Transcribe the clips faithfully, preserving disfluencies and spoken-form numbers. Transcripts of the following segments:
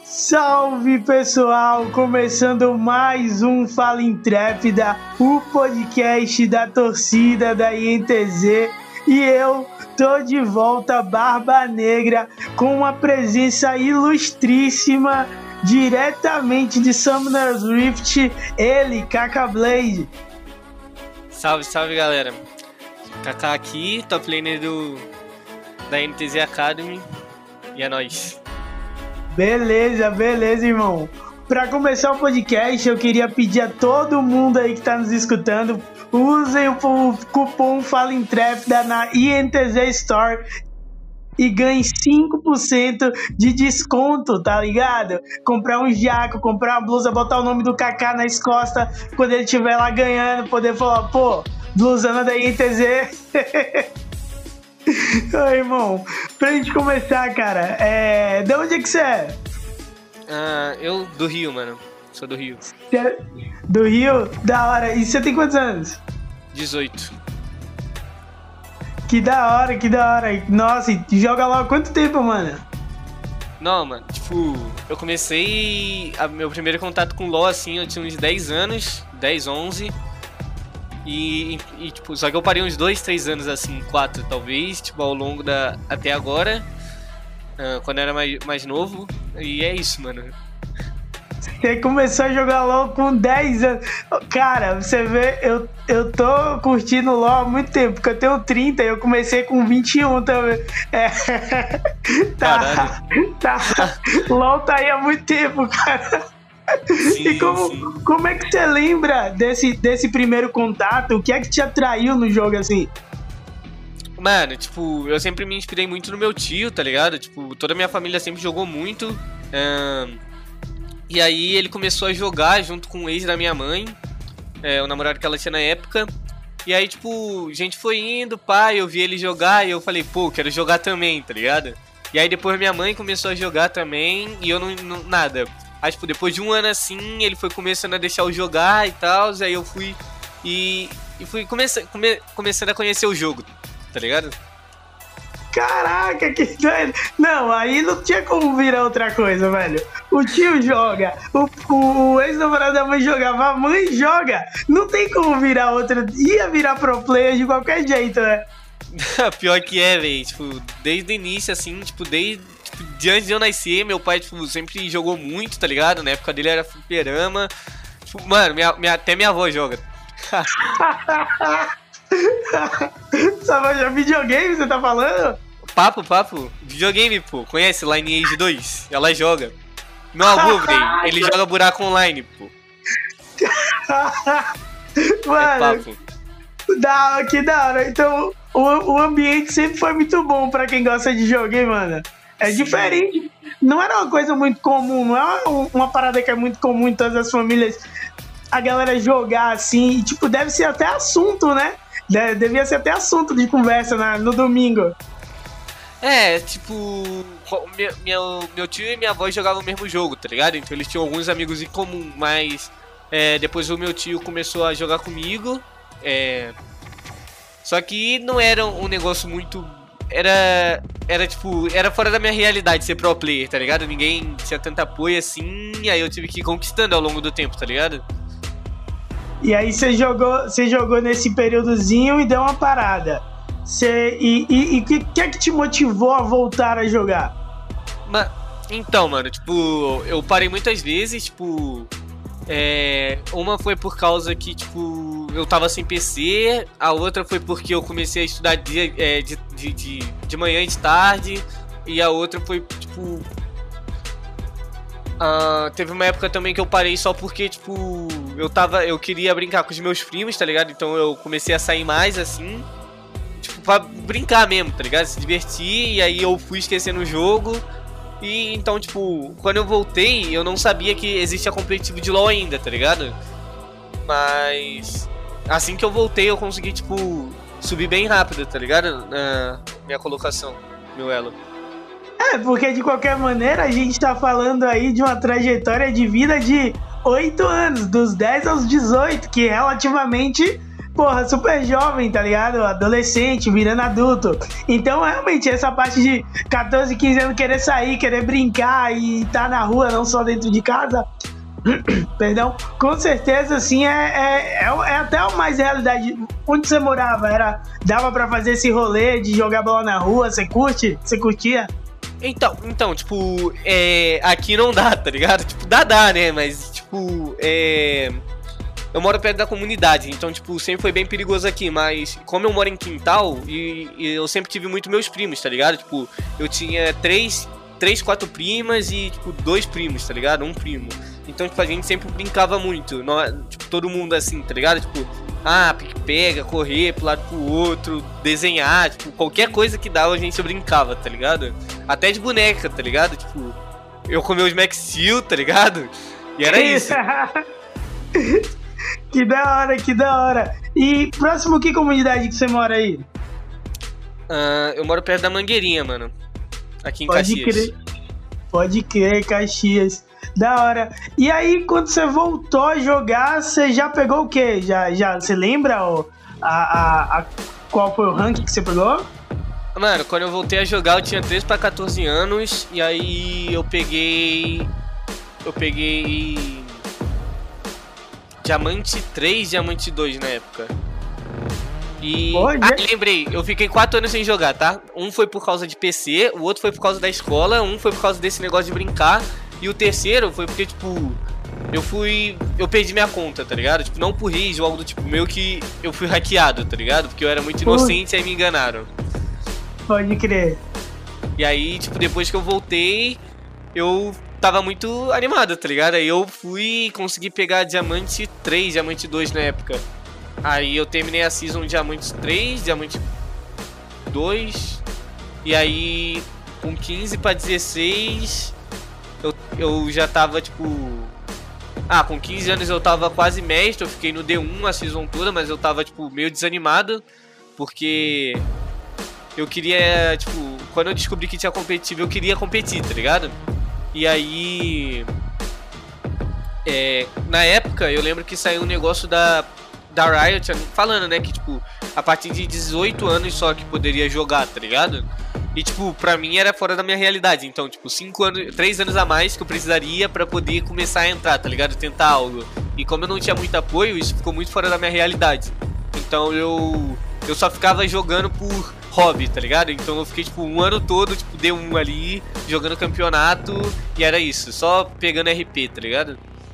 Salve pessoal, começando mais um Fala Intrépida, o podcast da torcida da I N T Z, e eu tô de volta, Barba Negra, com uma presença ilustríssima, diretamente de Summoner's Rift, ele, Kaká Blade. Salve, salve galera, Kaká aqui, top laner do, da N T Z Academy, e é nóis. Beleza, beleza, irmão. Para começar o podcast, eu queria pedir a todo mundo aí que tá nos escutando, usem o cupom Fala Intrépida na I N T Z Store e ganhem cinco por cento de desconto, tá ligado? Comprar um jaco, comprar uma blusa, botar o nome do Kaká nas costas, quando ele estiver lá ganhando, poder falar, pô, blusana da I N T Z. Ô, irmão, pra gente começar, cara, é... de onde é que você é? Ah, eu do Rio, mano. Sou do Rio. Do Rio? Da hora. E você tem quantos anos? dezoito. Que da hora, que da hora. Nossa, e joga lá há quanto tempo, mano? Não, mano, tipo, eu comecei... A, meu primeiro contato com LoL, assim, eu tinha uns dez anos, dez, onze... E, e, tipo, só que eu parei uns dois, três anos, assim, quatro talvez, tipo, ao longo da... até agora, uh, quando eu era mais, mais novo, e é isso, mano. Você começou a jogar LoL com dez anos. Cara, você vê, eu, eu tô curtindo LoL há muito tempo, porque eu tenho trinta e eu comecei com vinte e um também. É. Tá, tá. LoL tá aí há muito tempo, cara. Sim, e como, como é que você lembra desse, desse primeiro contato? O que é que te atraiu no jogo, assim? Mano, tipo, eu sempre me inspirei muito no meu tio, tá ligado? Tipo, toda a minha família sempre jogou muito. um, E aí ele começou a jogar junto com o ex da minha mãe, é, o namorado que ela tinha na época. E aí, tipo, a gente foi indo, pai, eu vi ele jogar e eu falei, pô, quero jogar também, tá ligado? E aí depois minha mãe começou a jogar também e eu não, não nada. Aí, tipo, depois de um ano assim, ele foi começando a deixar eu jogar e tal, aí eu fui e, e fui comece, come, começando a conhecer o jogo, tá ligado? Caraca, que doido! Não, aí não tinha como virar outra coisa, velho. O tio joga, o, o, o ex-namorado da mãe jogava, a mãe joga. Não tem como virar outra, ia virar pro player de qualquer jeito, né? Pior que é, velho, tipo, desde o início, assim, tipo, desde... de antes de eu nascer, meu pai, tipo, sempre jogou muito, tá ligado? Na época dele era fliperama. Tipo, mano, minha, minha, até minha avó joga. Só já videogame, você tá falando? Papo, papo. Videogame, pô. Conhece Lineage dois? Ela joga. Meu avô, velho, ele joga buraco online, pô. Mano, é papo. Da, que da hora. Então, o, o ambiente sempre foi muito bom pra quem gosta de jogo, hein, mano? É diferente, não era uma coisa muito comum, não é uma, uma parada que é muito comum em todas as famílias, a galera jogar assim, e, tipo, deve ser até assunto, né? De, devia ser até assunto de conversa na, no domingo. É, tipo, meu, meu, meu tio e minha avó jogavam o mesmo jogo, tá ligado? Então eles tinham alguns amigos em comum, mas é, depois o meu tio começou a jogar comigo, é, só que não era um negócio muito... Era, era tipo, era fora da minha realidade ser pro player, tá ligado? Ninguém tinha tanto apoio assim, aí eu tive que ir conquistando ao longo do tempo, tá ligado? E aí você jogou, você jogou nesse períodozinho e deu uma parada. Você, e o que, que é que te motivou a voltar a jogar? Mas, então, mano, tipo, eu parei muitas vezes, tipo... É, uma foi por causa que, tipo, eu tava sem P C, a outra foi porque eu comecei a estudar de, é, de, de, de, de manhã e de tarde, e a outra foi, tipo... Uh, teve uma época também que eu parei só porque, tipo, eu tava, eu queria brincar com os meus primos, tá ligado? Então eu comecei a sair mais, assim, tipo, pra brincar mesmo, tá ligado? Se divertir, e aí eu fui esquecendo o jogo. E então, tipo, quando eu voltei, eu não sabia que existia competitivo de LoL ainda, tá ligado? Mas assim que eu voltei, eu consegui, tipo, subir bem rápido, tá ligado? Na minha colocação, meu elo. É, porque de qualquer maneira a gente tá falando aí de uma trajetória de vida de oito anos, dos dez aos dezoito, que relativamente porra, super jovem, tá ligado? Adolescente, virando adulto. Então, realmente, essa parte de catorze, quinze anos querer sair, querer brincar e estar tá na rua, não só dentro de casa, perdão, com certeza, assim, é, é, é, é até o mais realidade. Onde você morava? Era, dava pra fazer esse rolê de jogar bola na rua? Você curte? Você curtia? Então, então, tipo, é, aqui não dá, tá ligado? Tipo, dá, dá, né? Mas, tipo, é... eu moro perto da comunidade, então, tipo, sempre foi bem perigoso aqui, mas como eu moro em quintal, e, e eu sempre tive muito meus primos, tá ligado? Tipo, eu tinha três, três, quatro primas e, tipo, dois primos, tá ligado? Um primo. Então, tipo, a gente sempre brincava muito, nós, tipo, todo mundo assim, tá ligado? Tipo, ah, pega, correr pro lado pro outro, desenhar, tipo, qualquer coisa que dava a gente brincava, tá ligado? Até de boneca, tá ligado? Tipo, eu com meus Max Steel, tá ligado? E era isso. Que da hora, que da hora. E próximo, que comunidade que você mora aí? Uh, eu moro perto da Mangueirinha, mano. Aqui em Pode Caxias. Crer. Pode crer, Caxias. Da hora. E aí, quando você voltou a jogar, você já pegou o quê? Já, já, você lembra ó, a, a, a, qual foi o ranking que você pegou? Mano, quando eu voltei a jogar, eu tinha treze pra catorze anos. E aí eu peguei... Eu peguei... Diamante três, Diamante dois na época. E... Pô, ah, lembrei, eu fiquei quatro anos sem jogar, tá? Um foi por causa de P C, o outro foi por causa da escola, um foi por causa desse negócio de brincar, e o terceiro foi porque, tipo, eu fui... Eu perdi minha conta, tá ligado? Tipo, não por rage ou algo do tipo, meio que eu fui hackeado, tá ligado? Porque eu era muito inocente e aí me enganaram. Pode crer. E aí, tipo, depois que eu voltei, eu... tava muito animado, tá ligado? Aí eu fui conseguir pegar Diamante três, Diamante dois na época. Aí eu terminei a Season Diamante três, Diamante dois. E aí, com quinze pra dezesseis, eu, eu já tava, tipo... Ah, com quinze anos eu tava quase mestre, eu fiquei no D um a Season toda, mas eu tava, tipo, meio desanimado. Porque eu queria, tipo... Quando eu descobri que tinha competitivo, eu queria competir, tá ligado? E aí, é, na época, eu lembro que saiu um negócio da, da Riot falando, né, que, tipo, a partir de dezoito anos só que poderia jogar, tá ligado? E, tipo, pra mim era fora da minha realidade. Então, tipo, cinco anos, três anos a mais que eu precisaria pra poder começar a entrar, tá ligado? Tentar algo. E como eu não tinha muito apoio, isso ficou muito fora da minha realidade. Então eu, eu só ficava jogando por... hobby, tá ligado? Então eu fiquei, tipo, um ano todo, tipo, D um ali, jogando campeonato, e era isso, só pegando R P, tá ligado?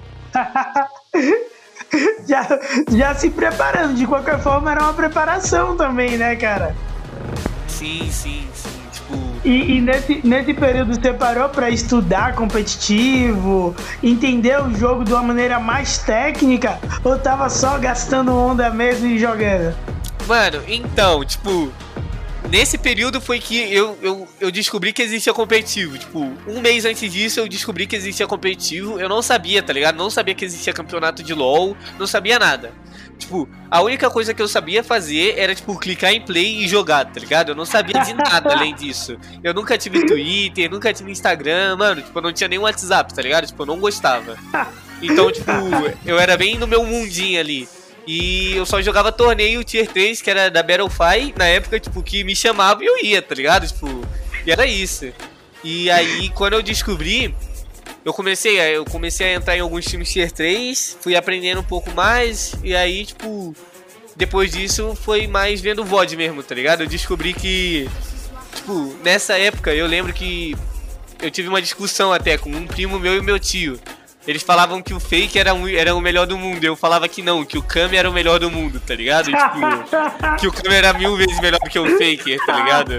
já, já se preparando, de qualquer forma era uma preparação também, né, cara? Sim, sim, sim, tipo... E, e nesse, nesse período você parou pra estudar competitivo, entender o jogo de uma maneira mais técnica, ou tava só gastando onda mesmo e jogando? Mano, então, tipo... Nesse período foi que eu, eu, eu descobri que existia competitivo. Tipo, um mês antes disso eu descobri que existia competitivo. Eu não sabia, tá ligado? Não sabia que existia campeonato de LoL. Não sabia nada. Tipo, a única coisa que eu sabia fazer era, tipo, clicar em play e jogar, tá ligado? Eu não sabia de nada além disso. Eu nunca tive Twitter, nunca tive Instagram, mano. Tipo, eu não tinha nem WhatsApp, tá ligado? Tipo, eu não gostava. Então, tipo, eu era bem no meu mundinho ali. E eu só jogava torneio Tier três, que era da Battlefy, na época, tipo, que me chamava e eu ia, tá ligado? Tipo, e era isso. E aí, quando eu descobri, eu comecei, eu comecei a entrar em alguns times Tier três, fui aprendendo um pouco mais, e aí, tipo, depois disso, foi mais vendo V O D mesmo, tá ligado? Eu descobri que, tipo, nessa época, eu lembro que eu tive uma discussão até com um primo meu e meu tio. Eles falavam que o Fake era, um, era o melhor do mundo. Eu falava que não, que o Kami era o melhor do mundo, tá ligado? E, tipo, que o Kami era mil vezes melhor que o Faker, tá ligado?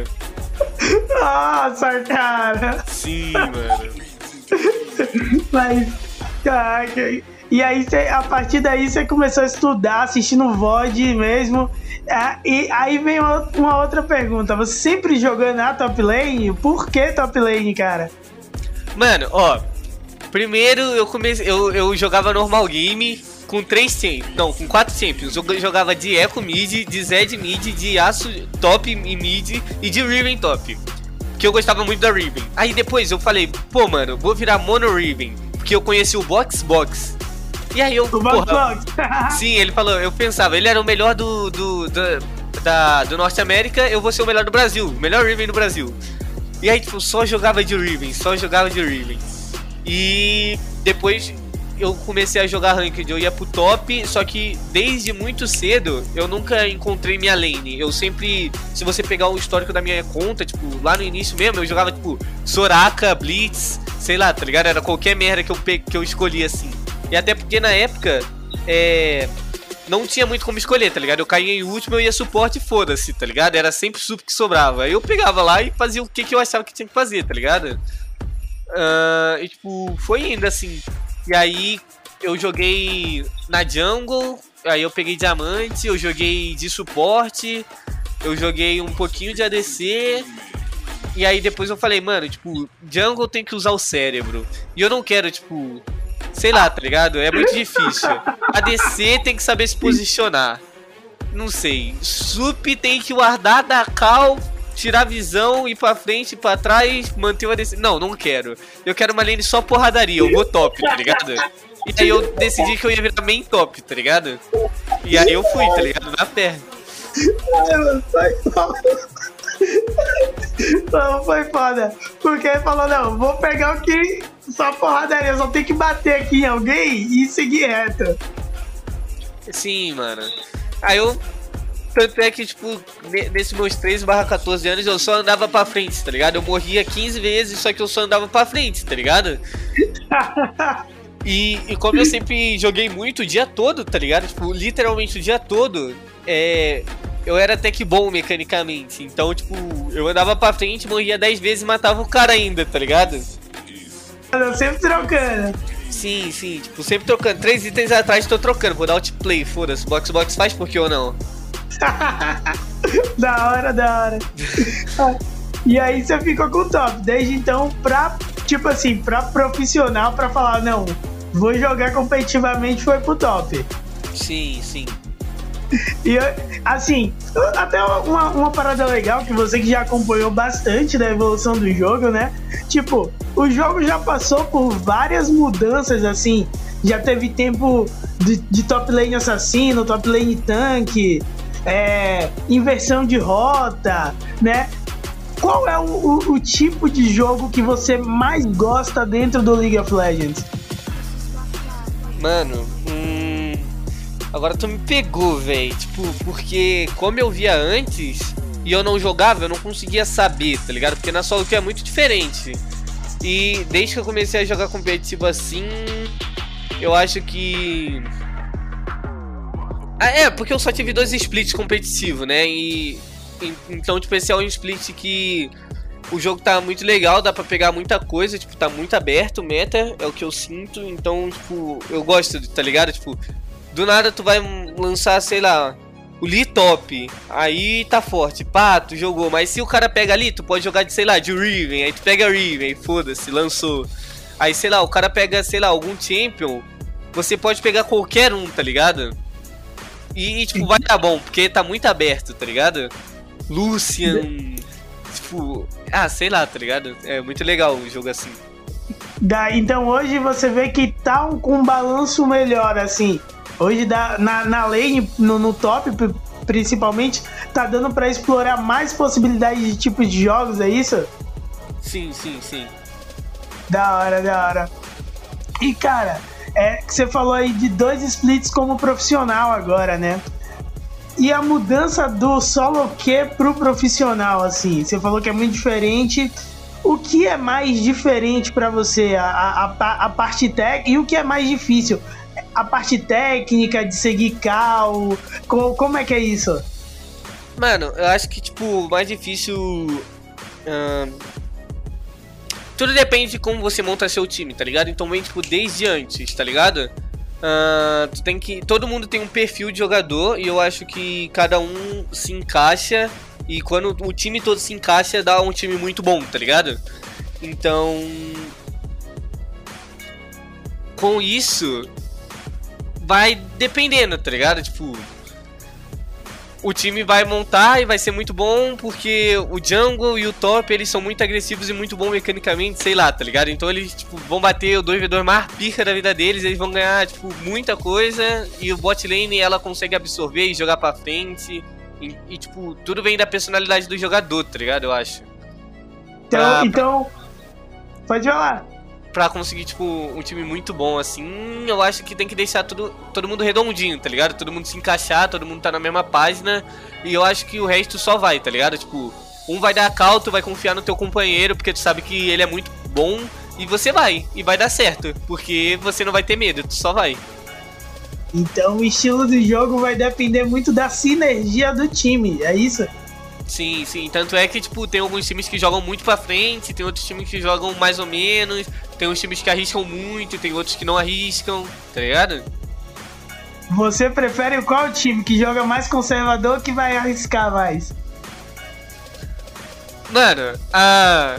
Nossa, cara! Sim, mano. Mas, caraca. E aí, cê, a partir daí, você começou a estudar, assistindo V O D mesmo. É, e aí vem uma, uma outra pergunta. Você sempre jogou na top lane? Por que top lane, cara? Mano, ó... Primeiro eu comecei, eu, eu jogava normal game com três champions, não, com quatro champions. Eu jogava de Echo mid, de Zed mid, de Yasuo top e mid e de Riven top. Porque eu gostava muito da Riven. Aí depois eu falei, pô mano, vou virar mono Riven, porque eu conheci o Box Box. E aí eu, O porra, sim, ele falou, eu pensava, ele era o melhor do, do, do, da, do Norte América, eu vou ser o melhor do Brasil, o melhor Riven do Brasil. E aí, tipo, só jogava de Riven, só jogava de Riven. E depois eu comecei a jogar Ranked, eu ia pro top, só que desde muito cedo eu nunca encontrei minha lane. Eu sempre, se você pegar o histórico da minha conta, tipo, lá no início mesmo, eu jogava, tipo, Soraka, Blitz, sei lá, tá ligado? Era qualquer merda que eu, pe que eu escolhi, assim. E até porque na época, é... não tinha muito como escolher, tá ligado? Eu caía em último, eu ia suporte e foda-se, tá ligado? Era sempre sup que sobrava. Aí eu pegava lá e fazia o que, que eu achava que tinha que fazer, tá ligado? Uh, e tipo, foi indo assim. E aí eu joguei na jungle, aí eu peguei diamante, eu joguei de suporte, eu joguei um pouquinho de A D C. E aí depois eu falei, mano, tipo, jungle tem que usar o cérebro. E eu não quero, tipo... sei lá, tá ligado? É muito difícil. A D C tem que saber se posicionar. Não sei. Sup tem que guardar da cal, tirar a visão, ir pra frente, ir pra trás, manter o A D C. Não, não quero. Eu quero uma lane só porradaria, eu vou top, tá ligado? E aí eu decidi que eu ia virar main top, tá ligado? E aí eu fui, tá ligado? Na fé. Não, foi foda. Porque ele falou, não, vou pegar o que só porradaria, só tem que bater aqui em alguém e seguir reto. Sim, mano. Aí eu... tanto é que, tipo, nesses meus treze barra quatorze anos eu só andava pra frente, tá ligado? Eu morria quinze vezes, só que eu só andava pra frente, tá ligado? E, e como eu sempre joguei muito o dia todo, tá ligado? Tipo, literalmente o dia todo, é... eu era até que bom mecanicamente. Então, tipo, eu andava pra frente, morria dez vezes e matava o cara ainda, tá ligado? Eu sempre trocando. Sim, sim, tipo, sempre trocando. Três itens atrás tô trocando, vou dar outplay, foda-se. Box Box faz por que ou não? Da hora, da hora. E aí você ficou com o top. Desde então, pra, tipo assim, pra profissional, pra falar, não, vou jogar competitivamente, foi pro top. Sim, sim. E assim, até uma, uma parada legal, que você que já acompanhou bastante da evolução do jogo, né? Tipo, o jogo já passou por várias mudanças, assim. Já teve tempo de, de top lane assassino, top lane tanque, é, inversão de rota, né? Qual é o, o, o tipo de jogo que você mais gosta dentro do League of Legends? Mano, hum, agora tu me pegou, velho. Tipo, porque como eu via antes e eu não jogava, eu não conseguia saber, tá ligado? Porque na solo queue é muito diferente. E desde que eu comecei a jogar competitivo assim, eu acho que... Ah, é, porque eu só tive dois splits competitivos, né? E... então, tipo, esse é um split que o jogo tá muito legal, dá pra pegar muita coisa, tipo, tá muito aberto, meta, é o que eu sinto, então, tipo, eu gosto, tá ligado? Tipo, do nada tu vai lançar, sei lá, o Lee top, aí tá forte, pá, tu jogou, mas se o cara pega ali, tu pode jogar de, sei lá, de Riven, aí tu pega Riven, foda-se, lançou. Aí, sei lá, o cara pega, sei lá, algum champion, você pode pegar qualquer um, tá ligado? E, tipo, vai dar bom, porque tá muito aberto, tá ligado? Lucian, tipo, ah, sei lá, tá ligado? É muito legal o jogo assim. Da, então hoje você vê que tá um, com um balanço melhor, assim. Hoje dá, na, na lane, no, no top principalmente, tá dando pra explorar mais possibilidades de tipos de jogos, é isso? Sim, sim, sim. Da hora, da hora. E cara, é que você falou aí de dois splits como profissional agora, né? E a mudança do solo queue pro profissional, assim, você falou que é muito diferente. O que é mais diferente pra você? A, a, a parte técnica e o que é mais difícil? A parte técnica de seguir cal, como, como é que é isso? Mano, eu acho que, tipo, o mais difícil... Hum, tudo depende de como você monta seu time, tá ligado? Então vem, tipo, desde antes, tá ligado? Uh, tu tem que, todo mundo tem um perfil de jogador e eu acho que cada um se encaixa e quando o time todo se encaixa dá um time muito bom, tá ligado? Então, com isso vai dependendo, tá ligado? Tipo, o time vai montar e vai ser muito bom porque o jungle e o top, eles são muito agressivos e muito bons mecanicamente, sei lá, tá ligado? Então eles, tipo, vão bater o dois contra dois mais pica da vida deles, eles vão ganhar, tipo, muita coisa e o bot lane, ela consegue absorver e jogar pra frente e, e tipo, tudo vem da personalidade do jogador, tá ligado? Eu acho. Então, pra, então pode falar. Pra conseguir, tipo, um time muito bom, assim, eu acho que tem que deixar tudo, todo mundo redondinho, tá ligado? Todo mundo se encaixar, todo mundo tá na mesma página. E eu acho que o resto só vai, tá ligado? Tipo, um vai dar a cal, tu vai confiar no teu companheiro, porque tu sabe que ele é muito bom. E você vai, e vai dar certo, porque você não vai ter medo, tu só vai. Então o estilo do jogo vai depender muito da sinergia do time, é isso? Sim, sim, tanto é que, tipo, tem alguns times que jogam muito pra frente, tem outros times que jogam mais ou menos, tem uns times que arriscam muito, tem outros que não arriscam, tá ligado? Você prefere qual time? Que joga mais conservador ou que vai arriscar mais? Mano, a...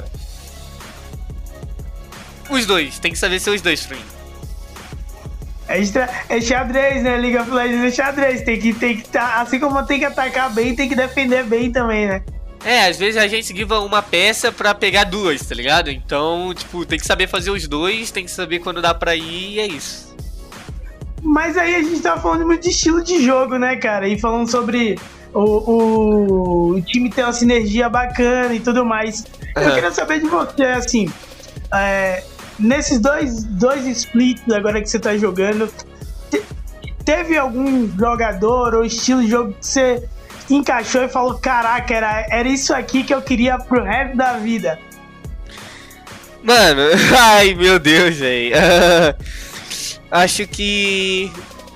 os dois, tem que saber ser os dois pra mim. É, extra... é xadrez, né? League of Legends é xadrez. Tem que, tem que tá... Assim como tem que atacar bem, tem que defender bem também, né? É, às vezes a gente guiva uma peça pra pegar duas, tá ligado? Então, tipo, tem que saber fazer os dois, tem que saber quando dá pra ir e é isso. Mas aí a gente tá falando muito de estilo de jogo, né, cara? E falando sobre o, o, o time ter uma sinergia bacana e tudo mais. Uhum. Eu queria saber de você, assim... É... Nesses dois, dois splits agora que você tá jogando, te, teve algum jogador ou estilo de jogo que você encaixou e falou, caraca, era, era isso aqui que eu queria pro resto da vida? Mano, ai meu Deus, velho. Uh, acho que...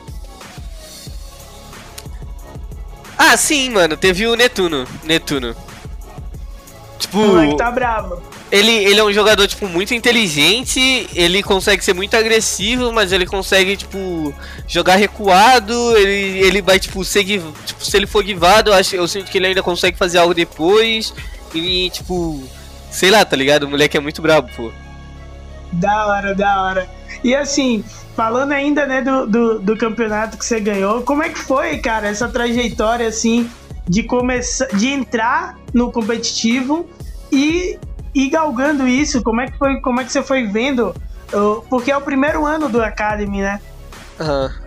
Ah, sim, mano, teve o Netuno, Netuno. Tipo... O moleque tá bravo. Ele, ele é um jogador, tipo, muito inteligente, ele consegue ser muito agressivo, mas ele consegue, tipo, jogar recuado, ele, ele vai, tipo, seguir, tipo, se ele for guivado, eu, acho, eu sinto que ele ainda consegue fazer algo depois, e, tipo, sei lá, tá ligado? O moleque é muito brabo, pô. Da hora, da hora. E assim, falando ainda, né, do, do, do campeonato que você ganhou, como é que foi, cara, essa trajetória, assim, de começar, de entrar no competitivo e... E galgando isso, como é que foi, como é que você foi vendo? Uh, porque é o primeiro ano do Academy, né? Aham. Uhum.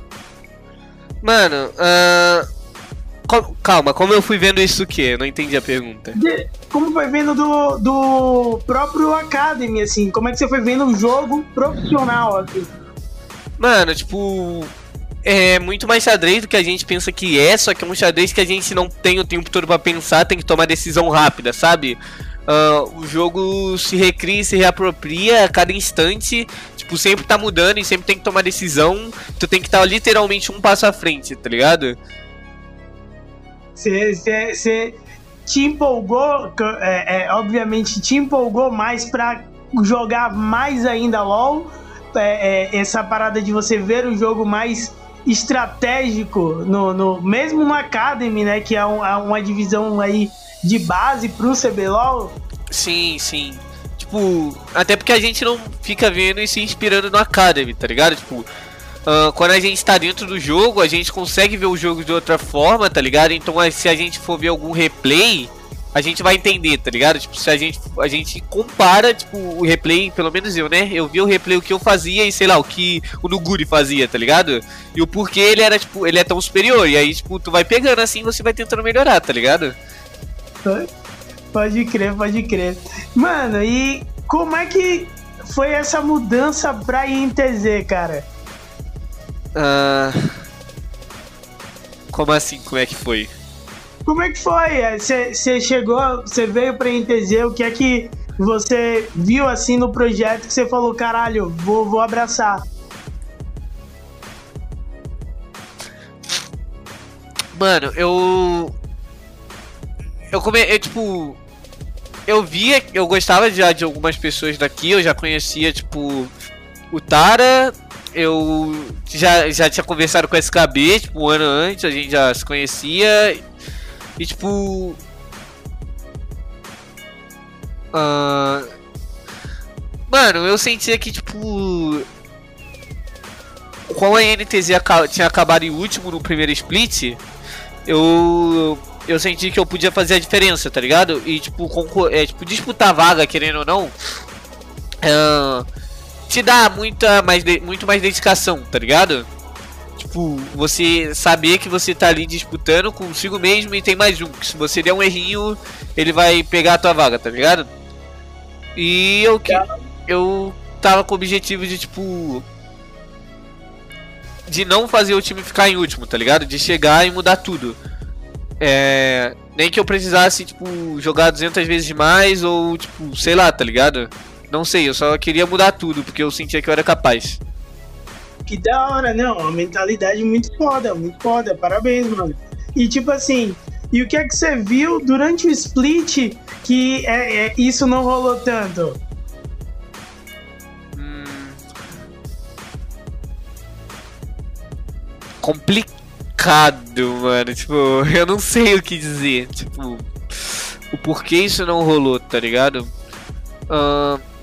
Mano, uh... Com, calma, como eu fui vendo isso o quê? Eu não entendi a pergunta. De, como foi vendo do, do próprio Academy, assim? Como é que você foi vendo o jogo profissional, assim? Mano, tipo... É muito mais xadrez do que a gente pensa que é, só que é um xadrez que a gente não tem o tempo todo pra pensar, tem que tomar decisão rápida, sabe? Uh, o jogo se recria e se reapropria a cada instante. Tipo, sempre tá mudando e sempre tem que tomar decisão. Tu tem que estar tá, literalmente um passo à frente, tá ligado? Você te empolgou, é, é, obviamente te empolgou mais pra jogar mais ainda LoL? É, é, essa parada de você ver o jogo mais estratégico, no, no, mesmo no Academy, né? Que é um, uma divisão aí de base pro C B LOL? Sim, sim. Tipo, até porque a gente não fica vendo e se inspirando no Academy, tá ligado? Tipo, uh, quando a gente tá dentro do jogo, a gente consegue ver o jogo de outra forma, tá ligado? Então se a gente for ver algum replay, a gente vai entender, tá ligado? Tipo, se a gente, a gente compara, tipo, o replay, pelo menos eu, né? Eu vi o replay, o que eu fazia e, sei lá, o que o Nuguri fazia, tá ligado? E o porquê ele era, tipo, ele é tão superior. E aí, tipo, tu vai pegando assim, você vai tentando melhorar, tá ligado? Pode crer, pode crer. Mano, e como é que foi essa mudança pra I N T Z, cara? Uh... Como assim, como é que foi? Como é que foi? Você chegou, você veio pra I N T Z, o que é que você viu assim no projeto que você falou, caralho, vou, vou abraçar? Mano, eu... Eu come... eu, tipo... Eu via, eu gostava já de algumas pessoas daqui, eu já conhecia, tipo... O Tara, eu já, já tinha conversado com o S K B, tipo, um ano antes, a gente já se conhecia. E, tipo... Uh... Mano, eu sentia que, tipo... Como a I N T Z tinha acabado em último no primeiro split... eu eu senti que eu podia fazer a diferença, tá ligado? E tipo, é, tipo disputar vaga, querendo ou não, é, te dá muita mais de, muito mais dedicação, tá ligado? Tipo, você saber que você tá ali disputando consigo mesmo e tem mais um, que se você der um errinho, ele vai pegar a tua vaga, tá ligado? E eu que eu tava com o objetivo de tipo de não fazer o time ficar em último, tá ligado? De chegar e mudar tudo. É, nem que eu precisasse, tipo, jogar duzentas vezes mais ou, tipo, sei lá, tá ligado? Não sei, eu só queria mudar tudo, porque eu sentia que eu era capaz. Que da hora, não, uma mentalidade muito foda, muito foda, parabéns, mano. E tipo assim, e o que é que você viu durante o split que é, é, isso não rolou tanto? Hum... Complicado, mano, tipo, eu não sei o que dizer, tipo, o porquê isso não rolou, tá ligado? Ahn... Uh...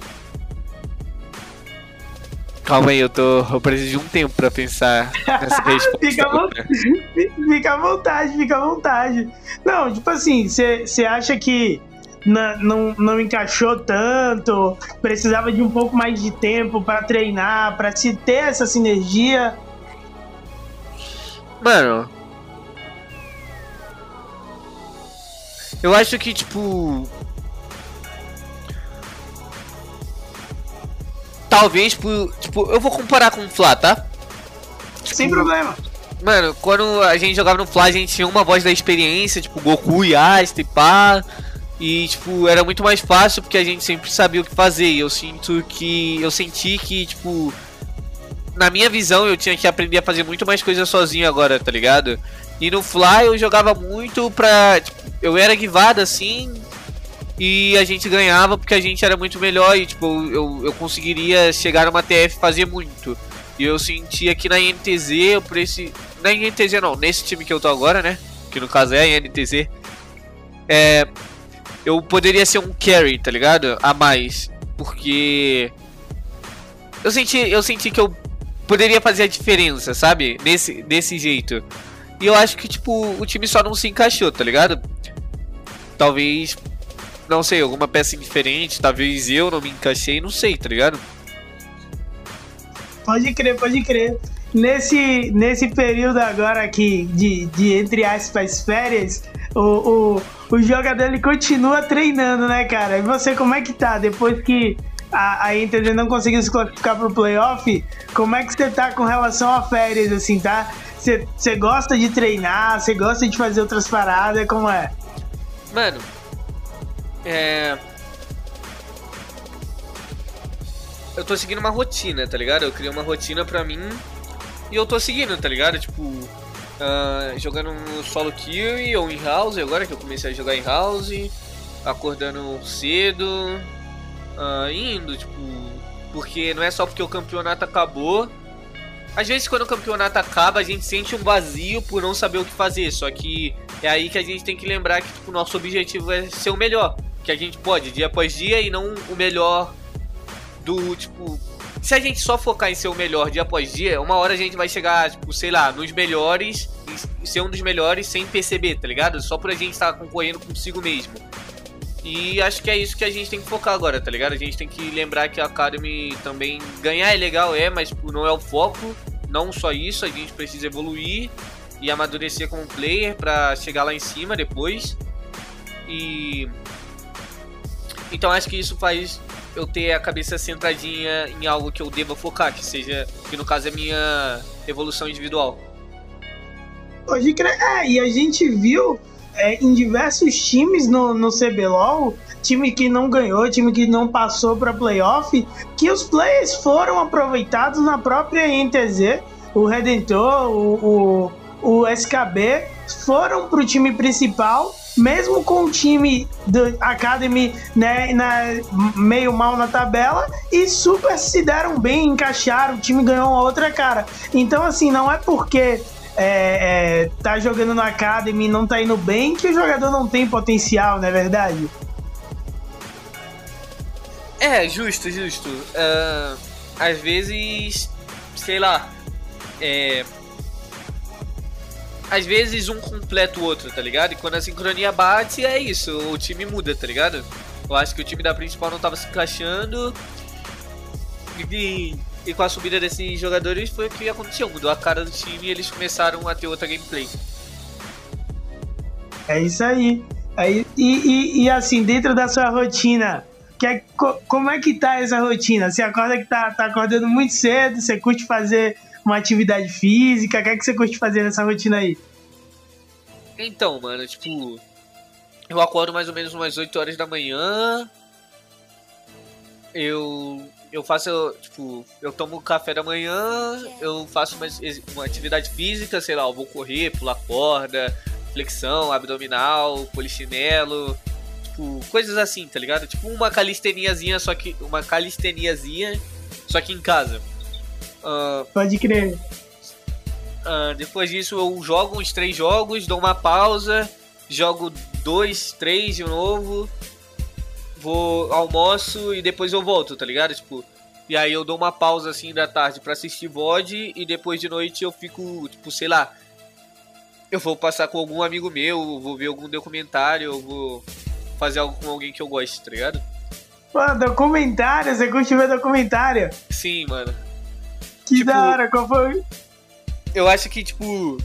Calma aí, eu tô. Eu preciso de um tempo pra pensar nessa resposta. fica, à fica à vontade, fica à vontade. Não, tipo assim, você acha que na, não, não encaixou tanto, precisava de um pouco mais de tempo pra treinar, pra se ter essa sinergia? Mano, eu acho que, tipo, talvez por, tipo, eu vou comparar com o Fla, tá? Tipo, sem problema. Mano, quando a gente jogava no Fla, a gente tinha uma voz da experiência, tipo, Goku e Asta e pá. E, tipo, era muito mais fácil porque a gente sempre sabia o que fazer. E eu sinto que, eu senti que, tipo, na minha visão, eu tinha que aprender a fazer muito mais coisa sozinho agora, tá ligado? E no Fly eu jogava muito pra, tipo, eu era guivado assim, e a gente ganhava porque a gente era muito melhor e, tipo, eu, eu conseguiria chegar numa T F e fazer muito. E eu sentia que na I N T Z, eu por esse... Na I N T Z não, nesse time que eu tô agora, né? Que no caso é a I N T Z. É... Eu poderia ser um carry, tá ligado? A mais. Porque... Eu senti, eu senti que eu poderia fazer a diferença, sabe? Nesse, desse jeito. E eu acho que, tipo, o time só não se encaixou, tá ligado? Talvez... Não sei, alguma peça diferente, talvez eu não me encaixei, não sei, tá ligado? Pode crer, pode crer. Nesse, nesse período agora aqui de, de entre aspas, férias, o, o, o jogador ele continua treinando, né, cara? E você, como é que tá? Depois que a, a Inter não conseguiu se classificar pro playoff, como é que você tá com relação a férias, assim, tá? Você, você gosta de treinar, você gosta de fazer outras paradas, como é? Mano... É... Eu tô seguindo uma rotina, tá ligado? Eu criei uma rotina pra mim e eu tô seguindo, tá ligado? Tipo, uh, jogando no solo kill ou em house, agora que eu comecei a jogar em house, acordando cedo, uh, indo, tipo, porque não é só porque o campeonato acabou. Às vezes quando o campeonato acaba a gente sente um vazio por não saber o que fazer, só que é aí que a gente tem que lembrar que, tipo, o nosso objetivo é ser o melhor que a gente pode, dia após dia, e não o melhor do, tipo... Se a gente só focar em ser o melhor dia após dia, uma hora a gente vai chegar, tipo, sei lá, nos melhores, e ser um dos melhores sem perceber, tá ligado? Só por a gente estar concorrendo consigo mesmo. E acho que é isso que a gente tem que focar agora, tá ligado? A gente tem que lembrar que a Academy também... Ganhar é legal, é, mas tipo, não é o foco. Não só isso, a gente precisa evoluir e amadurecer como player pra chegar lá em cima depois. E... Então acho que isso faz eu ter a cabeça centradinha em algo que eu deva focar, que seja, que no caso é minha evolução individual. Pode crer, é, e a gente viu é, em diversos times no, no C B L O L, time que não ganhou, time que não passou para playoff, que os players foram aproveitados na própria I N T Z, o Redentor, o, o, o S K B, foram pro time principal, mesmo com o time do Academy, né, na, meio mal na tabela, e super se deram bem, encaixaram, o time ganhou uma outra cara. Então, assim, não é porque é, é, tá jogando no Academy e não tá indo bem que o jogador não tem potencial, não é verdade? É, justo, justo. Uh, às vezes, sei lá, é... às vezes um completa o outro, tá ligado? E quando a sincronia bate, é isso, o time muda, tá ligado? Eu acho que o time da principal não tava se encaixando. E, e com a subida desses jogadores foi o que aconteceu. Mudou a cara do time e eles começaram a ter outra gameplay. É isso aí. aí e, e, e assim, dentro da sua rotina, que é, co, como é que tá essa rotina? Você acorda que tá, tá acordando muito cedo, você curte fazer uma atividade física? O que é que você curte fazer nessa rotina aí? Então, mano, tipo... Eu acordo mais ou menos umas oito horas da manhã. Eu... Eu faço, tipo... Eu tomo café da manhã. Eu faço uma, uma atividade física, sei lá, eu vou correr, pular corda, flexão, abdominal, polichinelo... Tipo, coisas assim, tá ligado? Tipo uma calisteniazinha, só que... Uma calisteniazinha, só que em casa. Uh, Pode crer. Uh, depois disso eu jogo uns três jogos, dou uma pausa... Jogo dois, três de novo, vou, almoço e depois eu volto, tá ligado? Tipo, e aí eu dou uma pausa assim da tarde pra assistir V O D e depois de noite eu fico, tipo, sei lá, eu vou passar com algum amigo meu, vou ver algum documentário, eu vou fazer algo com alguém que eu gosto, tá ligado? Pô, documentário? Você curte ver documentário? Sim, mano. Que tipo, da hora, qual foi? Eu acho que, tipo,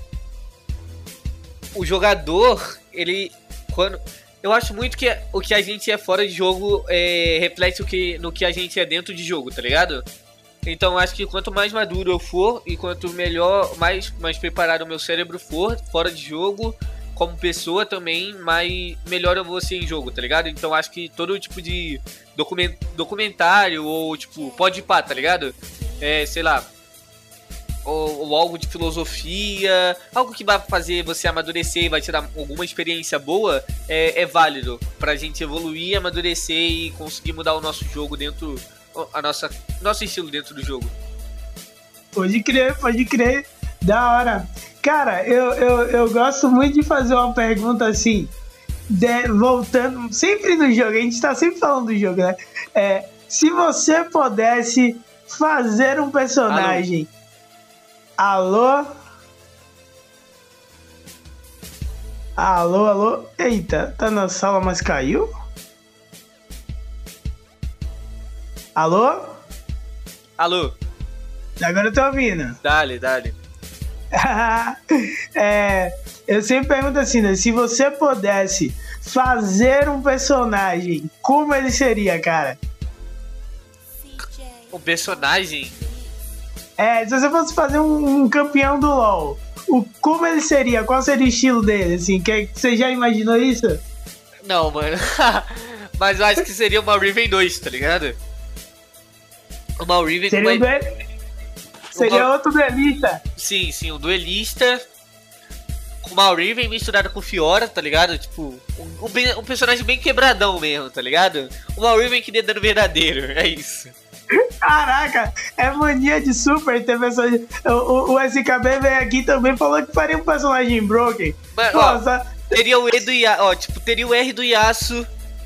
o jogador... Ele, quando, eu acho muito que o que a gente é fora de jogo é, reflete o que, no que a gente é dentro de jogo, tá ligado? Então eu acho que quanto mais maduro eu for e quanto melhor, mais, mais preparado o meu cérebro for fora de jogo, como pessoa também, mais, melhor eu vou ser em jogo, tá ligado? Então eu acho que todo tipo de document, documentário ou tipo, pode ir pá, tá ligado? É, sei lá... Ou, ou algo de filosofia, algo que vai fazer você amadurecer e vai te dar alguma experiência boa, é, é válido pra gente evoluir, amadurecer e conseguir mudar o nosso jogo dentro, a nossa, nosso estilo dentro do jogo. Pode crer, pode crer, da hora. Cara, eu, eu, eu gosto muito de fazer uma pergunta assim, de, voltando, sempre no jogo, a gente tá sempre falando do jogo, né? É, se você pudesse fazer um personagem... Alô? Alô? Alô, alô? Eita, tá na sala, mas caiu? Alô? Alô? Agora eu tô ouvindo. Dale, dale. é, eu sempre pergunto assim, né? Se você pudesse fazer um personagem, como ele seria, cara? Um personagem? É, se você fosse fazer um, um campeão do LoL, o, como ele seria? Qual seria o estilo dele? Assim, que, você já imaginou isso? Não, mano. Mas eu acho que seria uma Riven dois, tá ligado? Uma Riven seria, com uma... um duel... seria uma... outro duelista. Sim, sim, um duelista com uma Riven misturada com Fiora, tá ligado? Tipo, um, um, um personagem bem quebradão mesmo, tá ligado? Uma Riven que dê dano verdadeiro, é isso. Caraca, é mania de super ter personagem. O, o, o S K B veio aqui também falou que faria um personagem broken. Mas, ó, teria o E do Yasuo, ó, tipo, teria o R do Yasuo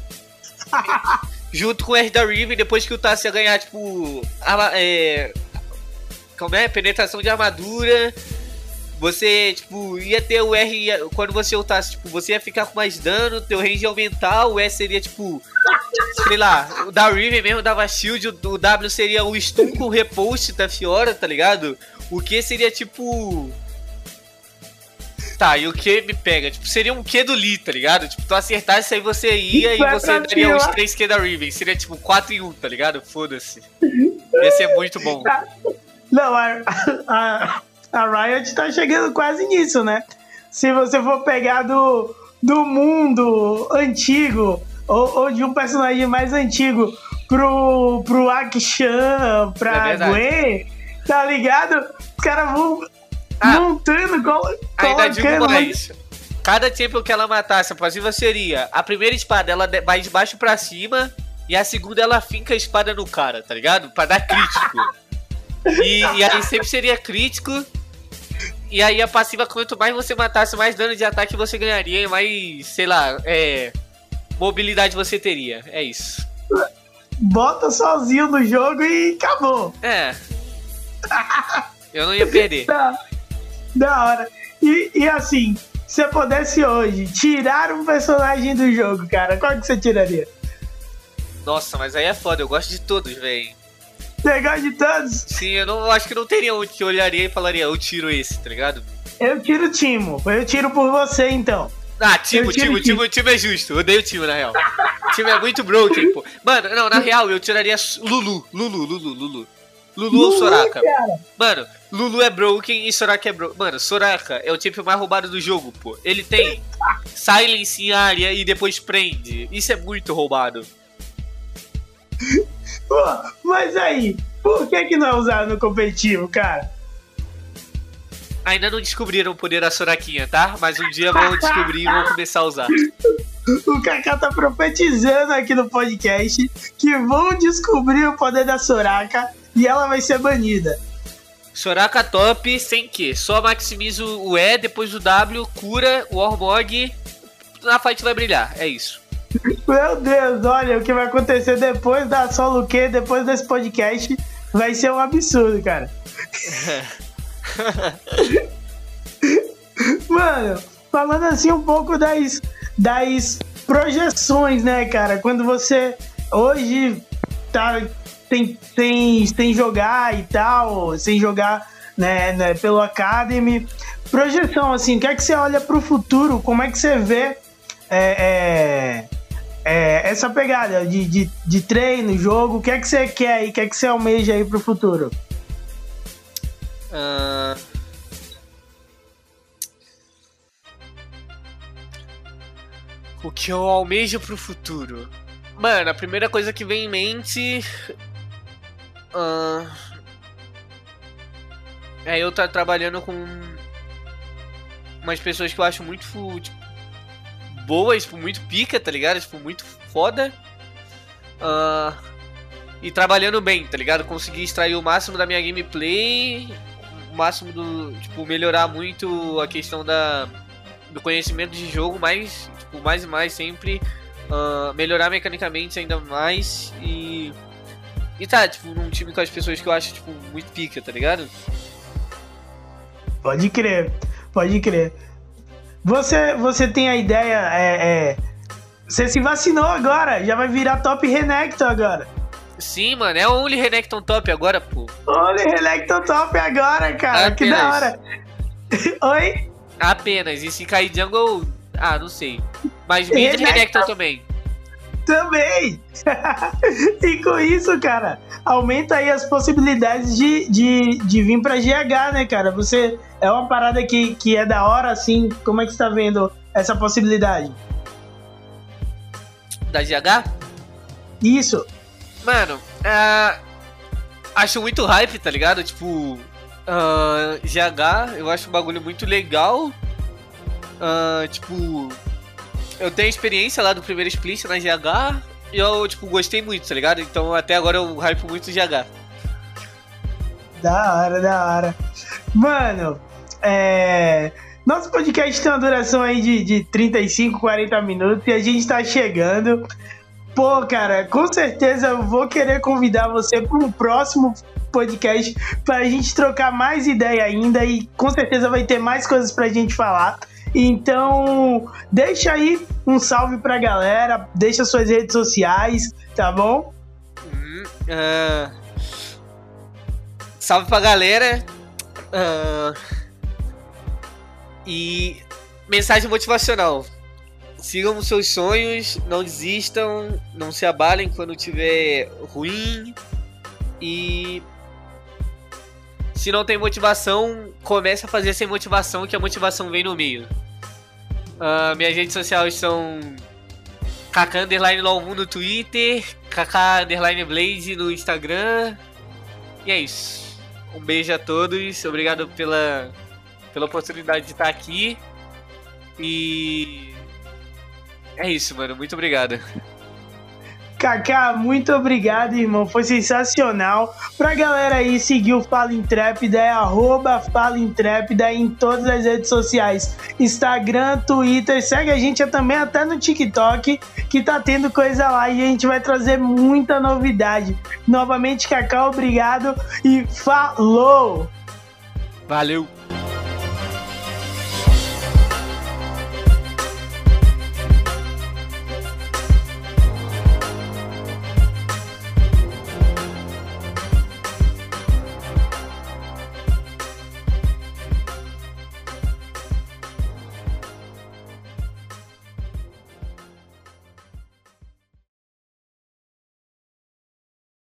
junto com o R da Riven, depois que o Tassi ia ganhar, tipo, a, é, como é? Penetração de armadura. Você, tipo, ia ter o R, quando você ultasse, tipo, você ia ficar com mais dano, teu range ia aumentar, o E seria, tipo, sei lá, o da Riven mesmo dava shield, o W seria o stun com repost da Fiora, tá ligado? O Q seria, tipo... Tá, e o Q me pega, tipo, seria um Q do Lee, tá ligado? Tipo, tu acertasse, aí você ia e você daria os três Q da Riven, seria, tipo, quatro em um, tá ligado? Foda-se. Ia ser muito bom. Não, a... a... A Riot tá chegando quase nisso, né? Se você for pegar do, do mundo antigo, ou, ou de um personagem mais antigo, pro, pro Akshan, pra é Gwen, tá ligado? Os caras vão ah, montando, colo, ainda digo mais. Cada champion que ela matasse, a passiva seria: a primeira espada ela vai de baixo pra cima, e a segunda ela finca a espada no cara, tá ligado? Pra dar crítico. E, e aí sempre seria crítico. E aí a passiva, quanto mais você matasse, mais dano de ataque você ganharia e mais, sei lá, é, mobilidade você teria. É isso. Bota sozinho no jogo e acabou. É. Eu não ia perder. Da, da hora. E, e assim, se você pudesse hoje tirar um personagem do jogo, cara, qual que você tiraria? Nossa, mas aí é foda, eu gosto de todos, velho. Você gosta de todos? Sim, eu não, acho que não teria um que eu olharia e falaria, eu tiro esse, tá ligado? Eu tiro o Timo, eu tiro por você então. Ah, Timo, Timo, Timo, Timo é justo, eu odeio o Timo, na real. O Timo é muito broken, pô. Mano, não, na real, eu tiraria Lulu, Lulu, Lulu, Lulu. Lulu ou Soraka? Cara. Mano, Lulu é broken e Soraka é broken. Mano, Soraka é o tipo mais roubado do jogo, pô. Ele tem silence em área e depois prende. Isso é muito roubado. Pô, mas aí, por que que não é usado no competitivo, cara? Ainda não descobriram o poder da Soraquinha, tá? Mas um dia vão descobrir e vão começar a usar. O Kaká tá profetizando aqui no podcast que vão descobrir o poder da Soraka e ela vai ser banida. Soraka top, sem que? Só maximiza o E, depois o W, cura, o Ormog, na fight vai brilhar, é isso. Meu Deus, olha, o que vai acontecer depois da Solo Q, depois desse podcast, vai ser um absurdo, cara. Mano, falando assim um pouco das, das projeções, né, cara? Quando você hoje tá sem, sem, sem jogar e tal, sem jogar né, né, pelo Academy, projeção, assim, o que é que você olha pro futuro? Como é que você vê é, é, é, essa pegada de, de, de treino, jogo? O que é que você quer aí? O que é que você almeja aí pro futuro? Uh... O que eu almejo pro futuro? Mano, a primeira coisa que vem em mente... Uh... É eu estar tá trabalhando com umas pessoas que eu acho muito tipo, boas, tipo, muito pica, tá ligado? Tipo, muito foda. Uh... E trabalhando bem, tá ligado? Conseguir extrair o máximo da minha gameplay, o máximo do... Tipo, melhorar muito a questão da... do conhecimento de jogo, mais, tipo, mais e mais sempre, uh, melhorar mecanicamente ainda mais e e tá, tipo, num time com as pessoas que eu acho, tipo, muito pica, tá ligado? Pode crer, pode crer. Você, você tem a ideia, é, é, você se vacinou agora, já vai virar top Renekton agora. Sim, mano, é o Only Renekton top agora, pô. Only Renekton top agora, cara, Apenas. Que da hora. Oi? Apenas, e se cair jungle, ah, não sei. Mas mid Renekton, Renekton também. Também! E com isso, cara, aumenta aí as possibilidades de, de, de vir pra G H, né, cara? Você é uma parada que, que é da hora, assim, como é que você tá vendo essa possibilidade? Da G H? Isso. Mano, uh, acho muito hype, tá ligado? Tipo, uh, G H, eu acho um bagulho muito legal. Uh, tipo, eu tenho experiência lá do primeiro split na G H e eu, tipo, gostei muito, tá ligado? Então até agora eu hypo muito G H. Da hora, da hora. Mano, é... nosso podcast tem uma duração aí de, de trinta e cinco, quarenta minutos e a gente tá chegando. Pô, cara, com certeza eu vou querer convidar você para um próximo podcast pra gente trocar mais ideia ainda e com certeza vai ter mais coisas pra gente falar. Então, deixa aí um salve pra galera, deixa suas redes sociais, tá bom? Uhum, uh... Salve pra galera. Uh... E mensagem motivacional. Sigam os seus sonhos, não desistam, não se abalem quando tiver ruim. E se não tem motivação, comece a fazer sem motivação, que a motivação vem no meio. Uh, minhas redes sociais são Kaká underline Lolmoon no Twitter, Kaká underline Blaze no Instagram. E é isso. Um beijo a todos, obrigado pela, pela oportunidade de estar aqui. E é isso, mano, muito obrigado. Kaká, muito obrigado, irmão. Foi sensacional. Pra galera aí seguir o Fala Intrépida, é arroba Fala Intrépida em todas as redes sociais. Instagram, Twitter, segue a gente também até no TikTok, que tá tendo coisa lá e a gente vai trazer muita novidade. Novamente, Kaká, obrigado e falou! Valeu!